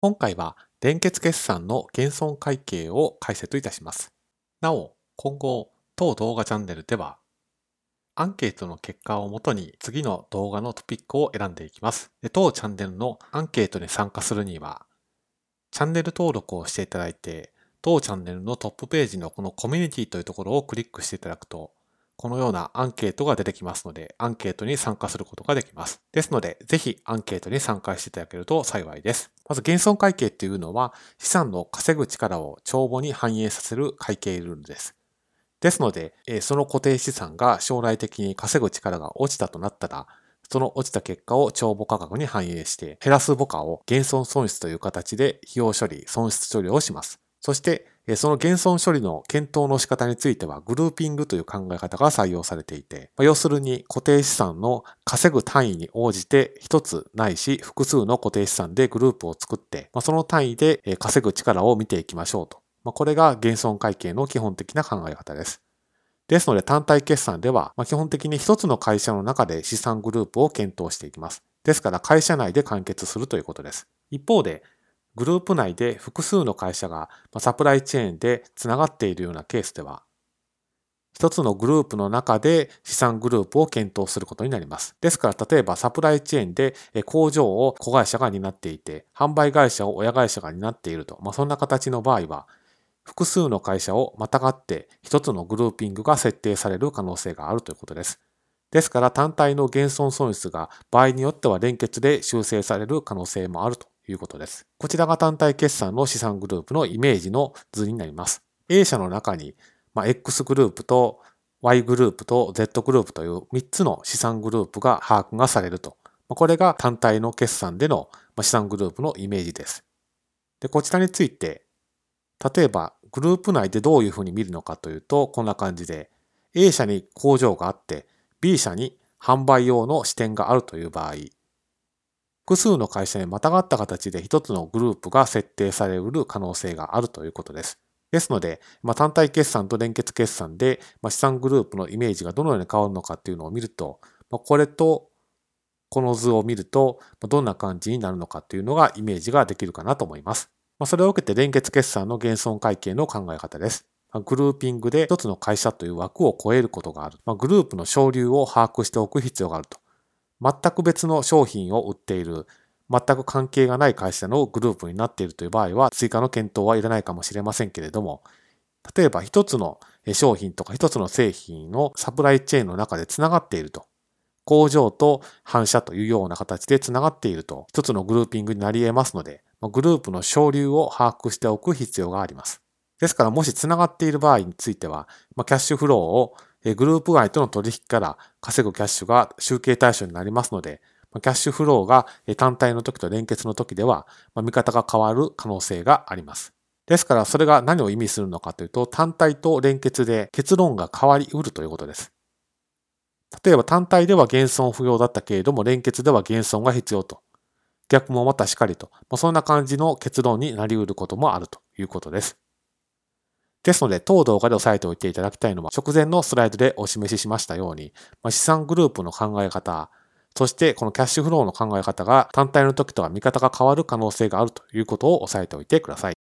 今回は連結決算の減損会計を解説いたします。なお、今後、当動画チャンネルでは、アンケートの結果をもとに次の動画のトピックを選んでいきます。当チャンネルのアンケートに参加するには、チャンネル登録をしていただいて、当チャンネルのトップページのこのコミュニティというところをクリックしていただくと、このようなアンケートが出てきますので、アンケートに参加することができます。ですので、ぜひアンケートに参加していただけると幸いです。まず減損会計っていうのは、資産の稼ぐ力を帳簿に反映させる会計ルールです。ですので、その固定資産が将来的に稼ぐ力が落ちたとなったら、その落ちた結果を帳簿価格に反映して、減らす母価を減損損失という形で費用処理、損失処理をします。そして、その減損処理の検討の仕方については、グルーピングという考え方が採用されていて、要するに固定資産の稼ぐ単位に応じて一つないし複数の固定資産でグループを作って、その単位で稼ぐ力を見ていきましょうと。これが減損会計の基本的な考え方です。ですので単体決算では、基本的に一つの会社の中で資産グループを検討していきます。ですから会社内で完結するということです。一方で、グループ内で複数の会社がサプライチェーンでつながっているようなケースでは、一つのグループの中で資産グループを検討することになります。ですから例えばサプライチェーンで工場を子会社が担っていて、販売会社を親会社が担っていると、そんな形の場合は、複数の会社をまたがって一つのグルーピングが設定される可能性があるということです。ですから単体の減損損失が場合によっては連結で修正される可能性もあるということです。こちらが単体決算の資産グループのイメージの図になります。A 社の中に、X グループと Y グループと Z グループという3つの資産グループが把握がされると。これが単体の決算での資産グループのイメージです。で、こちらについて、例えばグループ内でどういうふうに見るのかというと、こんな感じで、A 社に工場があって、B 社に販売用の支店があるという場合、複数の会社にまたがった形で一つのグループが設定されうる可能性があるということです。ですので、単体決算と連結決算で、資産グループのイメージがどのように変わるのかっていうのを見ると、これとこの図を見ると、どんな感じになるのかっていうのがイメージができるかなと思います。それを受けて連結決算の減損会計の考え方です。グルーピングで一つの会社という枠を超えることがある。グループの省流を把握しておく必要があると。全く別の商品を売っている、全く関係がない会社のグループになっているという場合は、追加の検討はいらないかもしれませんけれども、例えば一つの商品とか一つの製品のサプライチェーンの中でつながっていると。工場と反射というような形でつながっていると、一つのグルーピングになり得ますので、グループの省流を把握しておく必要があります。ですから、もしつながっている場合については、キャッシュフローをグループ外との取引から稼ぐキャッシュが集計対象になりますので、キャッシュフローが単体の時と連結の時では、見方が変わる可能性があります。ですから、それが何を意味するのかというと、単体と連結で結論が変わり得るということです。例えば単体では減損不要だったけれども、連結では減損が必要と。逆もまたしかりと。そんな感じの結論になり得ることもあるということです。ですので、当動画で押さえておいていただきたいのは、直前のスライドでお示ししましたように、資産グループの考え方、そしてこのキャッシュフローの考え方が単体の時とは見方が変わる可能性があるということを押さえておいてください。